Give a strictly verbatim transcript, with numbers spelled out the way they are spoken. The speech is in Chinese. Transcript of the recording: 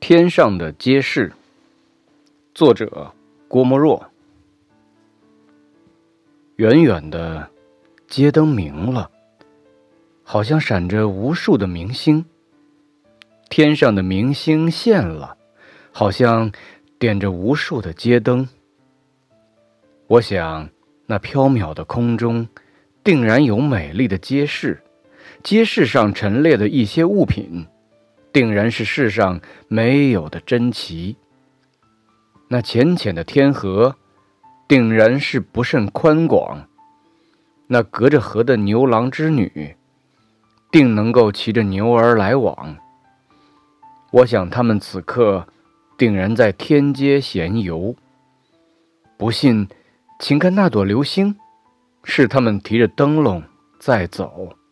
天上的街市，作者郭沫若。远远的街灯明了，好像闪着无数的明星。天上的明星现了，好像点着无数的街灯。我想，那缥缈的空中，定然有美丽的街市，街市上陈列的一些物品，定然是世上没有的珍奇。那浅浅的天河，定然是不甚宽广。那隔着河的牛郎织女，定能够骑着牛儿来往。我想他们此刻定然在天街闲游。不信，请看那朵流星，是他们提着灯笼在走。